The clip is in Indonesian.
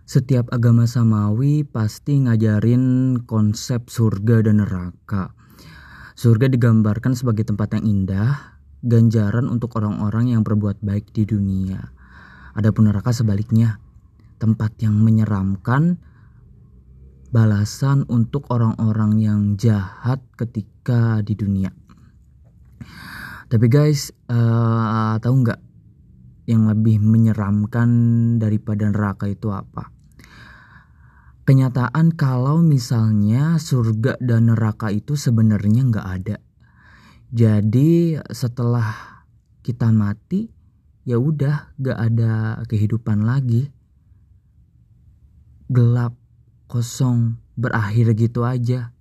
Setiap agama samawi pasti ngajarin konsep surga dan neraka. Surga digambarkan sebagai tempat yang indah, ganjaran untuk orang-orang yang berbuat baik di dunia. Adapun neraka sebaliknya, tempat yang menyeramkan, balasan untuk orang-orang yang jahat ketika di dunia. Tapi guys, tahu nggak yang lebih menyeramkan daripada neraka itu apa? Kenyataan kalau misalnya surga dan neraka itu sebenarnya nggak ada. Jadi setelah kita mati, ya udah nggak ada kehidupan lagi. Gelap, kosong, berakhir gitu aja.